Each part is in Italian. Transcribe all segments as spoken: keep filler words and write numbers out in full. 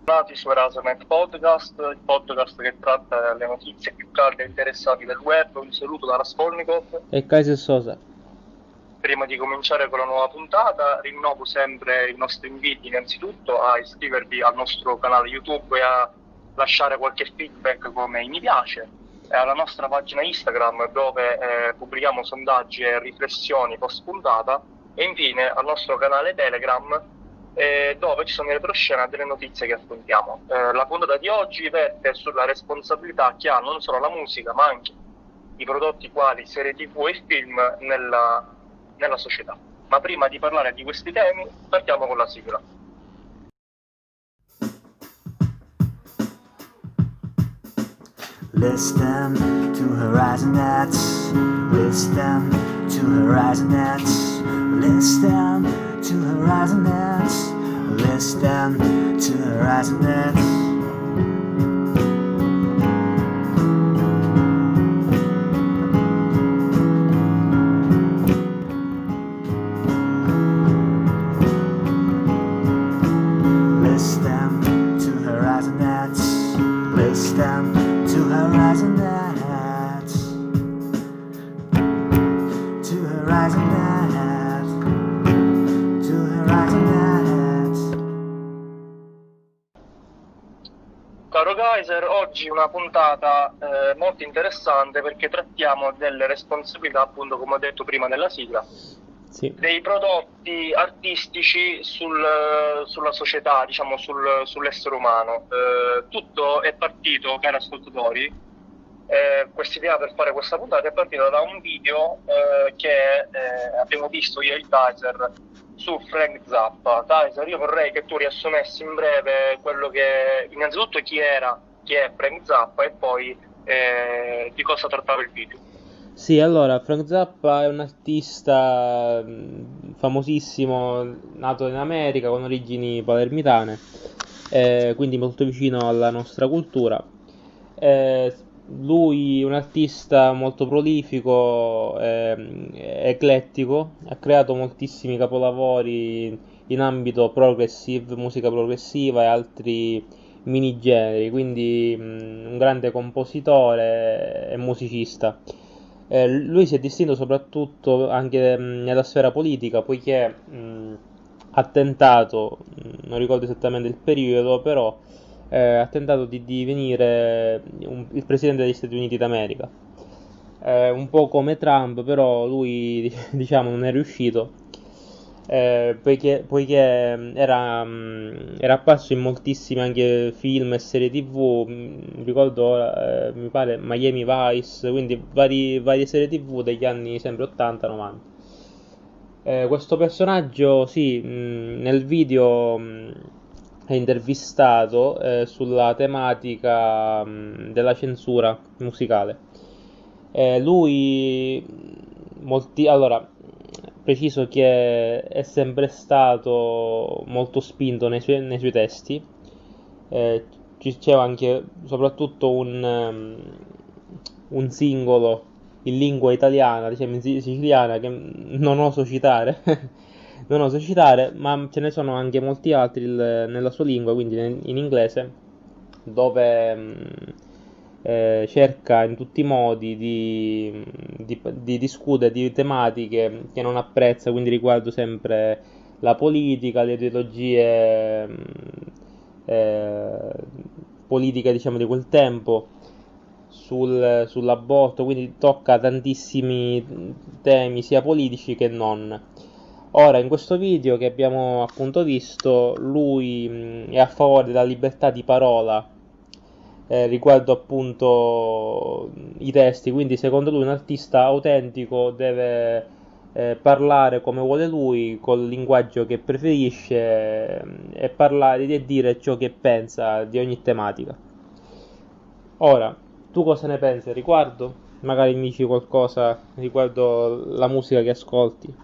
Bentornati su Erasmus Podcast, il podcast che tratta le notizie più calde e interessanti del web. Un saluto da Raskolnikov. E Kaiser Sosa. Prima di cominciare con la nuova puntata, rinnovo sempre i nostri inviti innanzitutto a iscrivervi al nostro canale YouTube e a lasciare qualche feedback come mi piace, e alla nostra pagina Instagram dove eh, pubblichiamo sondaggi e riflessioni post puntata, e infine al nostro canale Telegram eh, dove ci sono in retroscena delle notizie che affrontiamo. Eh, la puntata di oggi verte sulla responsabilità che ha non solo la musica ma anche i prodotti quali serie tv e film nella, nella società. Ma prima di parlare di questi temi partiamo con la sigla. Listen to Horizon Nets. Listen to Horizon Nets. Listen to Horizon Nets. Listen to Horizon Nets. Listen to Horizon Nets. Listen to Horizon Nets. To Horizon Nets. To Horizon Nets. Caro Kaiser, oggi una puntata eh, molto interessante perché trattiamo delle responsabilità, appunto come ho detto prima nella sigla, Sì. dei prodotti artistici sul, sulla società, diciamo sul, sull'essere umano. Eh, tutto è partito, cari ascoltatori, eh, questa idea per fare questa puntata è partita da un video eh, che eh, abbiamo visto io e il Kaiser su Frank Zappa. Kaiser, io vorrei che tu riassumessi in breve quello che, innanzitutto chi era, chi è Frank Zappa, e poi eh, di cosa trattava il video. Sì, allora, Frank Zappa è un artista mh, famosissimo, nato in America con origini palermitane, eh, quindi molto vicino alla nostra cultura. Eh, Lui è un artista molto prolifico, ehm, eclettico, ha creato moltissimi capolavori in ambito progressive, musica progressiva e altri mini generi, quindi mh, un grande compositore e musicista. Eh, lui si è distinto soprattutto anche mh, nella sfera politica, poiché mh, ha tentato, mh, non ricordo esattamente il periodo, però eh, ha tentato di divenire un- il presidente degli Stati Uniti d'America. Eh, un po' come Trump, però lui diciamo non è riuscito, eh, poiché, poiché mh, era, mh, era apparso in moltissimi anche film e serie tv, mh, ricordo ora, eh, mi pare Miami Vice, quindi vari, varie serie tv degli anni sempre ottanta novanta. Eh, questo personaggio, sì, mh, nel video mh, è intervistato eh, sulla tematica mh, della censura musicale. Eh, lui, molti, allora, preciso che è sempre stato molto spinto nei suoi, nei suoi testi. Eh, ci c'era anche, soprattutto un, um, un singolo in lingua italiana, diciamo in si- siciliana, che non oso citare, non oso citare, ma ce ne sono anche molti altri il- nella sua lingua, quindi in in inglese, dove mh, eh, cerca in tutti i modi di, di, di discutere di tematiche che non apprezza, quindi riguardo sempre la politica, le ideologie mh, eh, politiche, diciamo, di quel tempo, sul- sull'aborto, quindi tocca tantissimi temi sia politici che non. Ora, in questo video che abbiamo appunto visto, lui mh, è a favore della libertà di parola eh, riguardo appunto i testi, quindi secondo lui un artista autentico deve eh, parlare come vuole lui, col linguaggio che preferisce eh, e parlare e dire ciò che pensa di ogni tematica. Ora, tu cosa ne pensi a riguardo? Magari mi dici qualcosa riguardo la musica che ascolti.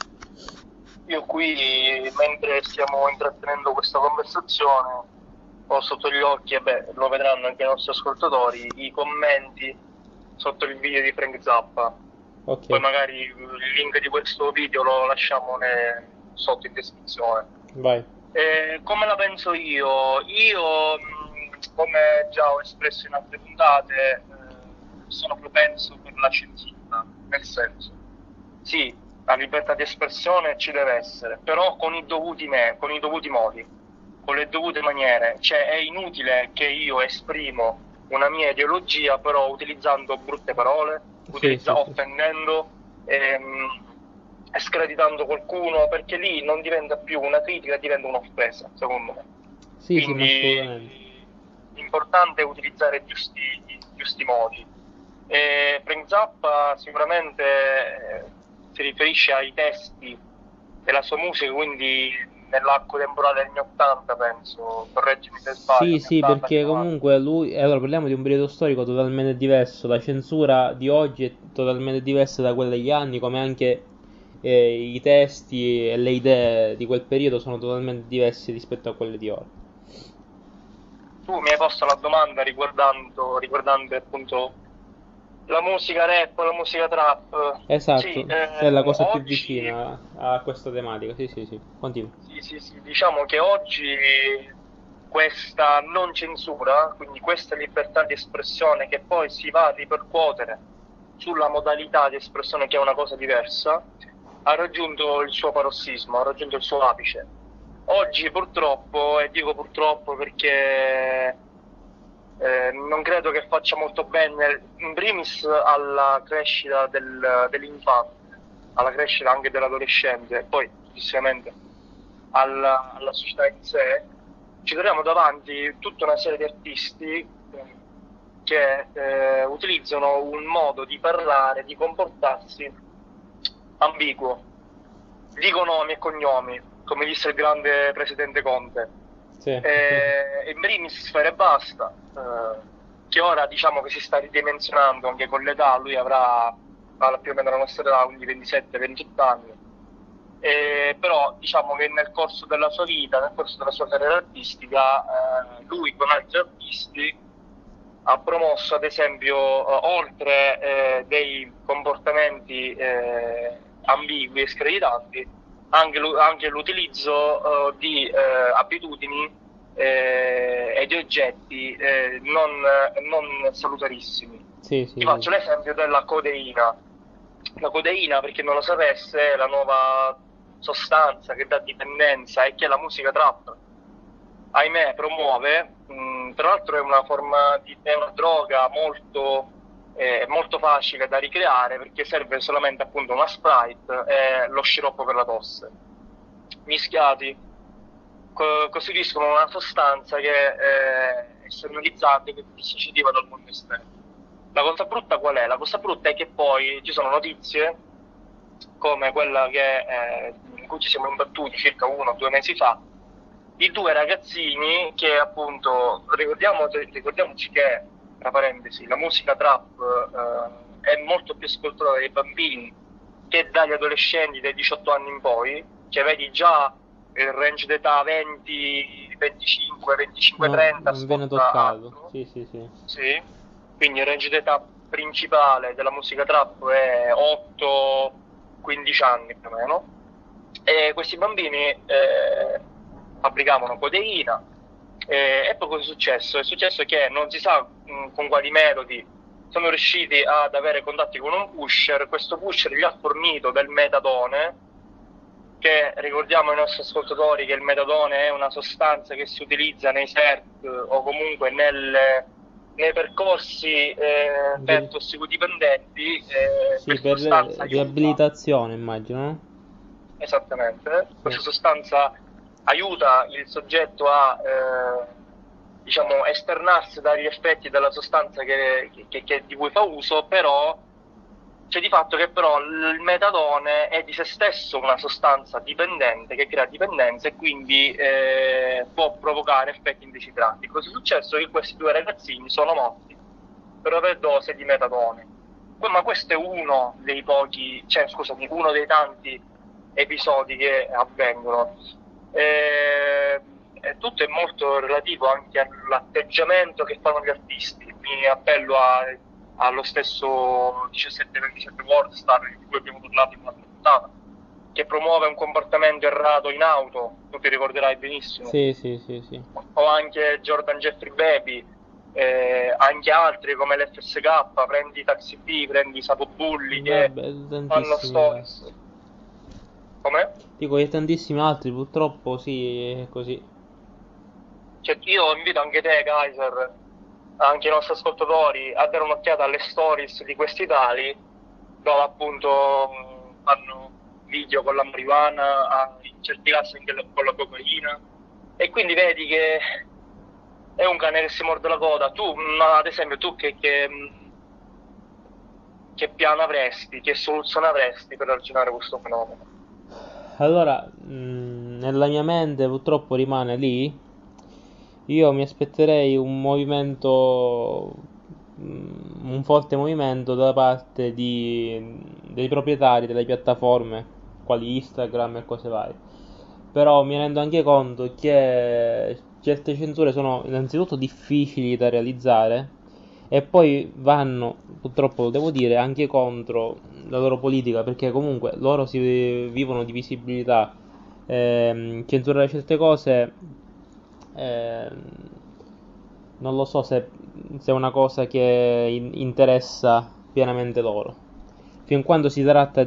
Io qui, mentre stiamo intrattenendo questa conversazione, ho sotto gli occhi, e beh, lo vedranno anche i nostri ascoltatori, i commenti sotto il video di Frank Zappa. Ok, Poi magari il link di questo video lo lasciamo ne- sotto in descrizione. vai. Eh, come la penso io? Io, mh, come già ho espresso in altre puntate, eh, sono propenso per la censura, nel senso, sì, la libertà di espressione ci deve essere, però con i dovuti, me- con i dovuti modi, con le dovute maniere. Cioè, è inutile che io esprimo una mia ideologia, però utilizzando brutte parole, Sì, utilizza- sì, sì. offendendo, ehm, screditando qualcuno, perché lì non diventa più una critica, diventa un'offesa, secondo me. Sì, sì, ma assolutamente. Quindi l'importante è utilizzare i giusti, i giusti modi. E Frank Zappa sicuramente eh, si riferisce ai testi della sua musica, quindi nell'arco temporale degli anni ottanta, penso, correggimi se sbaglio, Sì, anni sì, ottanta, anni perché novanta. comunque lui, allora parliamo di un periodo storico totalmente diverso, la censura di oggi è totalmente diversa da quella degli anni, come anche eh, i testi e le idee di quel periodo sono totalmente diversi rispetto a quelle di ora. Tu mi hai posto la domanda riguardando, riguardante appunto la musica rap, la musica trap. Sì, Esatto, è la eh, cosa più oggi, vicina a questa tematica, sì, sì, sì, continua. sì, sì, sì, diciamo che oggi questa non censura, quindi questa libertà di espressione che poi si va a ripercuotere sulla modalità di espressione, che è una cosa diversa, ha raggiunto il suo parossismo, ha raggiunto il suo apice. Oggi purtroppo, e dico purtroppo perché eh, non credo che faccia molto bene, in primis alla crescita del- dell'infante, alla crescita anche dell'adolescente, e poi successivamente alla, alla società in sé, ci troviamo davanti tutta una serie di artisti eh, che eh, utilizzano un modo di parlare, di comportarsi ambiguo, dico nomi e cognomi, come disse il grande presidente Conte. Sì. Eh, in primis Sfera e Basta, eh, che ora diciamo che si sta ridimensionando anche con l'età, lui avrà, avrà più o meno la nostra età, quindi ventisette ventotto anni. Eh, però diciamo che nel corso della sua vita, nel corso della sua carriera artistica, eh, lui con altri artisti ha promosso ad esempio, eh, oltre eh, dei comportamenti eh, ambigui e screditanti, anche, lu- anche l'utilizzo eh, di eh, abitudini eh, e di oggetti eh, non, non salutarissimi. Sì, Ti sì, sì. faccio l'esempio della codeina. La codeina, per chi non lo sapesse, è la nuova sostanza che dà dipendenza e che la musica trap, ahimè, promuove. Mm, tra l'altro è una forma di, è una droga molto, eh, molto facile da ricreare, perché serve solamente appunto una Sprite e lo sciroppo per la tosse. Mischiati co- costituiscono una sostanza che eh, è esternalizzata e che è dissociativa dal mondo esterno. La cosa brutta qual è? La cosa brutta è che poi ci sono notizie come quella che, eh, in cui ci siamo imbattuti circa uno o due mesi fa, di due ragazzini che appunto, ricordiamo, ricordiamoci che, tra parentesi, la musica trap eh, è molto più ascoltata dai bambini che dagli adolescenti dai diciotto anni in poi, cioè vedi già il range d'età venti, venticinque, venticinque, No, trenta non viene ascolta toccato. altro, Sì, sì, sì. sì, quindi il range d'età principale della musica trap è otto quindici anni più o meno, e questi bambini eh, fabbricavano codeina, eh, e poi cosa è successo? È successo che non si sa mh, con quali metodi sono riusciti ad avere contatti con un pusher. Questo pusher gli ha fornito del metadone, che ricordiamo ai nostri ascoltatori che il metadone è una sostanza che si utilizza nei S E R T o comunque nelle, nei percorsi eh, per Del- tossicodipendenti. Eh, Sì, questa per sostanza aiuta, riabilitazione, immagino, no? esattamente, Sì. questa sostanza aiuta il soggetto a eh, diciamo, esternarsi dagli effetti della sostanza che, che- che- di cui fa uso, però c'è di fatto che però il metadone è di se stesso una sostanza dipendente che crea dipendenza e quindi eh, può provocare effetti indesiderati. Cosa è successo? Che questi due ragazzini sono morti per overdose di metadone. Ma questo è uno dei pochi, cioè scusami, uno dei tanti episodi che avvengono. Eh, e tutto è molto relativo anche all'atteggiamento che fanno gli artisti. Mi appello a allo stesso diciassette ventisette World Star di cui abbiamo parlato in un'altra puntata, che promuove un comportamento errato in auto, tu ti ricorderai benissimo. Sì, sì, sì, sì. O anche Jordan Jeffrey Baby, eh, anche altri come l'F S K, prendi Taxi B, prendi Sapo Bulli che Vabbè, fanno tantissimi altri. stories. Come? Dico che tantissimi altri, purtroppo sì, è così. Cioè, io invito anche te, Kaiser, anche i nostri ascoltatori, a dare un'occhiata alle stories di questi tali, dove appunto mh, fanno video con la marijuana, a- in certi casi anche la- con la cocaina, e quindi vedi che è un cane che si morde la coda. Tu, mh, ad esempio, tu che, che, mh, che piano avresti, che soluzione avresti per arginare questo fenomeno? Allora, mh, nella mia mente purtroppo rimane lì. Io mi aspetterei un movimento, mh, un forte movimento da parte di, dei proprietari delle piattaforme, quali Instagram e cose varie. Però mi rendo anche conto che certe censure sono innanzitutto difficili da realizzare e poi vanno, purtroppo lo devo dire, anche contro la loro politica, perché comunque loro si vivono di visibilità. Ehm, censurare certe cose, ehm, non lo so se, se è una cosa che in- interessa pienamente loro. Fin quando si tratta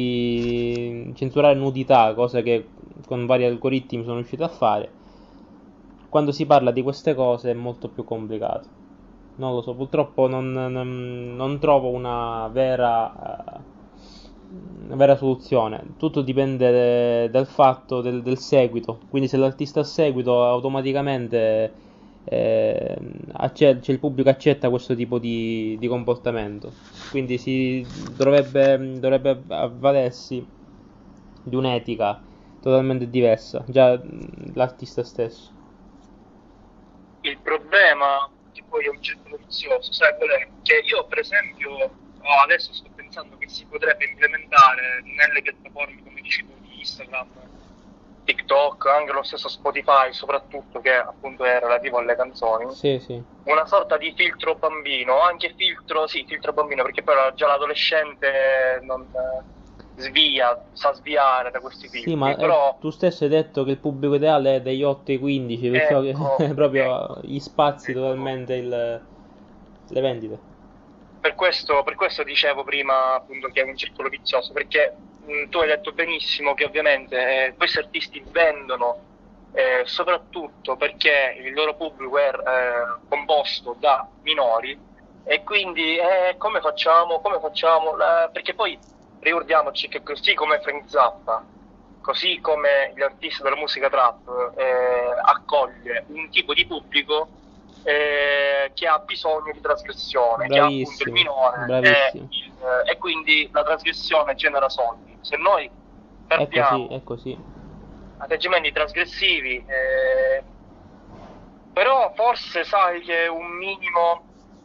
di censurare nudità, cosa che con vari algoritmi sono riuscito a fare, quando si parla di queste cose è molto più complicato. Non lo so, purtroppo non, non- non trovo una vera, eh, una vera soluzione. Tutto dipende dal fatto del, del seguito. Quindi se l'artista ha seguito, automaticamente eh, acce- cioè il pubblico accetta questo tipo di, di comportamento. Quindi si dovrebbe, dovrebbe avvalersi di un'etica totalmente diversa, già mh, l'artista stesso. Il problema, che poi è un circolo vizioso, sai qual è? Che io, per esempio, oh, adesso sto pensando che si potrebbe implementare nelle piattaforme, come dici tu, di Instagram, TikTok, anche lo stesso Spotify, soprattutto che appunto è relativo alle canzoni, Sì, sì. una sorta di filtro bambino, anche filtro, sì, filtro bambino, perché poi già l'adolescente non eh, svia, sa sviare da questi Sì, ma filtri, eh, però tu stesso hai detto che il pubblico ideale è dagli otto ai quindici, perciò che ecco, proprio ecco, gli spazi ecco. totalmente il- le vendite. Per questo, per questo dicevo prima appunto che è un circolo vizioso, perché mh, tu hai detto benissimo che ovviamente eh, questi artisti vendono eh, soprattutto perché il loro pubblico è eh, composto da minori e quindi eh, come facciamo? Come facciamo? La- perché poi ricordiamoci che così come Frank Zappa, così come gli artisti della musica trap eh, accoglie un tipo di pubblico eh, che ha bisogno di trasgressione, che è appunto il Bravissimo, minore e, bravissimo. il- e quindi la trasgressione genera soldi. Se noi È così, perdiamo è così. atteggiamenti trasgressivi, eh, però forse sai che un minimo,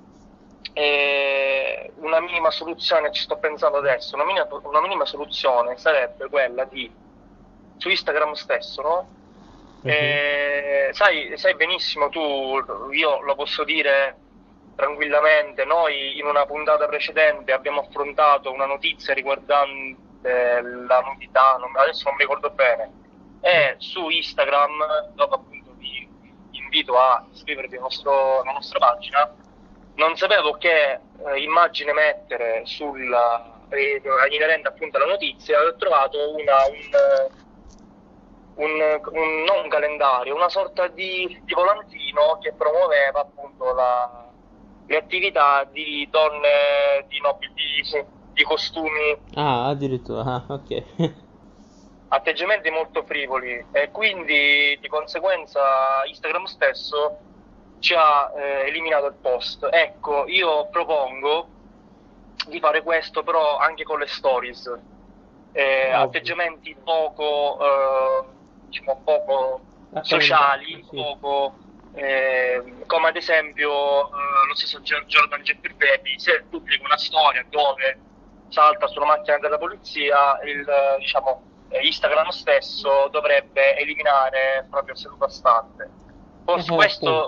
eh, una minima soluzione, ci sto pensando adesso, una minima, una minima soluzione sarebbe quella di, su Instagram stesso, no? Mhm. Eh, sai, sai benissimo tu, io lo posso dire tranquillamente, noi in una puntata precedente abbiamo affrontato una notizia riguardante la nudità, non- adesso non mi ricordo bene, e su Instagram, dove appunto vi invito a iscrivervi al nostro- alla nostra pagina, non sapevo che eh, immagine mettere sulla, eh, inerente appunto alla notizia, ho trovato una, un, un, un- non un calendario, una sorta di, di volantino che promuoveva appunto la- le attività di donne di, nobi- di, di costumi, Ah, addirittura, ah, ok. atteggiamenti molto frivoli e quindi di conseguenza Instagram stesso ci ha eh, eliminato il post. Ecco, io propongo di fare questo però anche con le stories. Eh, Ovvio. atteggiamenti poco, eh, diciamo, poco La comunità, sociali, sì. poco, eh, come ad esempio eh, lo stesso Gio- Jordan Jeffrey Baby, se pubblica una storia dove salta sulla macchina della polizia, il, eh, diciamo, eh, Instagram stesso dovrebbe eliminare proprio seduta stante. Eh, Forse eh, appunto. questo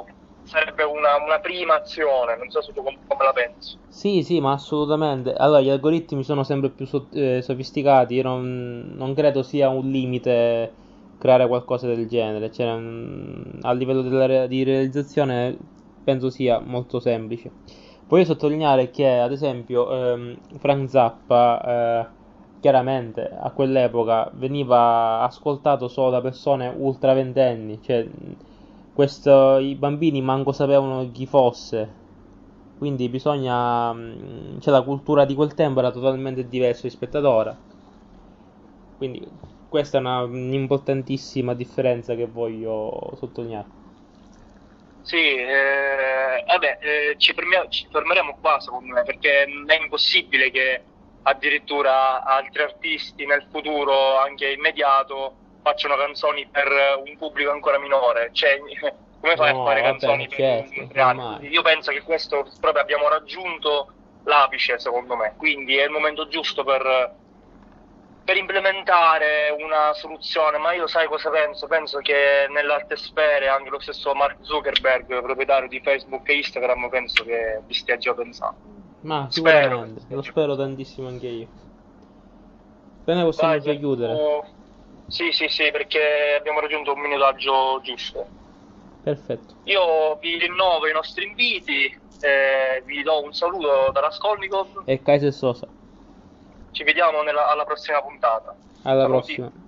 sarebbe una, una prima azione, non so se tu com- come la pensi. Sì, sì, ma assolutamente. Allora, gli algoritmi sono sempre più so- eh, sofisticati. Io non, non credo sia un limite creare qualcosa del genere. Cioè, mm, a livello della re- di realizzazione penso sia molto semplice. Voglio sottolineare che, ad esempio, ehm, Frank Zappa, eh, chiaramente a quell'epoca veniva ascoltato solo da persone ultra ventenni. Cioè, mh, questo, i bambini manco sapevano chi fosse. Quindi bisogna, mh, cioè la cultura di quel tempo era totalmente diversa rispetto ad ora. Quindi questa è una, un'importantissima differenza che voglio sottolineare. Sì, eh, vabbè, eh, ci, fermia- ci fermeremo qua secondo me, perché è impossibile che addirittura altri artisti nel futuro, anche immediato, facciano canzoni per un pubblico ancora minore. Cioè, come fai a No, fare vabbè, canzoni per certo, un reale? ormai. Io penso che questo proprio abbiamo raggiunto l'apice, secondo me, quindi è il momento giusto per per implementare una soluzione, ma io sai cosa penso? Penso che nelle alte sfere anche lo stesso Mark Zuckerberg, proprietario di Facebook e Instagram, penso che vi stia già pensando. Ma Spero che vi sicuramente, stia lo già spero pensando. tantissimo anche io. Bene, possiamo Vai, già per chiudere. tu... Sì, sì, sì, perché abbiamo raggiunto un minutaggio giusto. Perfetto. Io vi rinnovo i nostri inviti, eh, vi do un saluto da Raskolnikov, E Kaiser Sosa. ci vediamo nella- alla prossima puntata. Alla Saluti. prossima.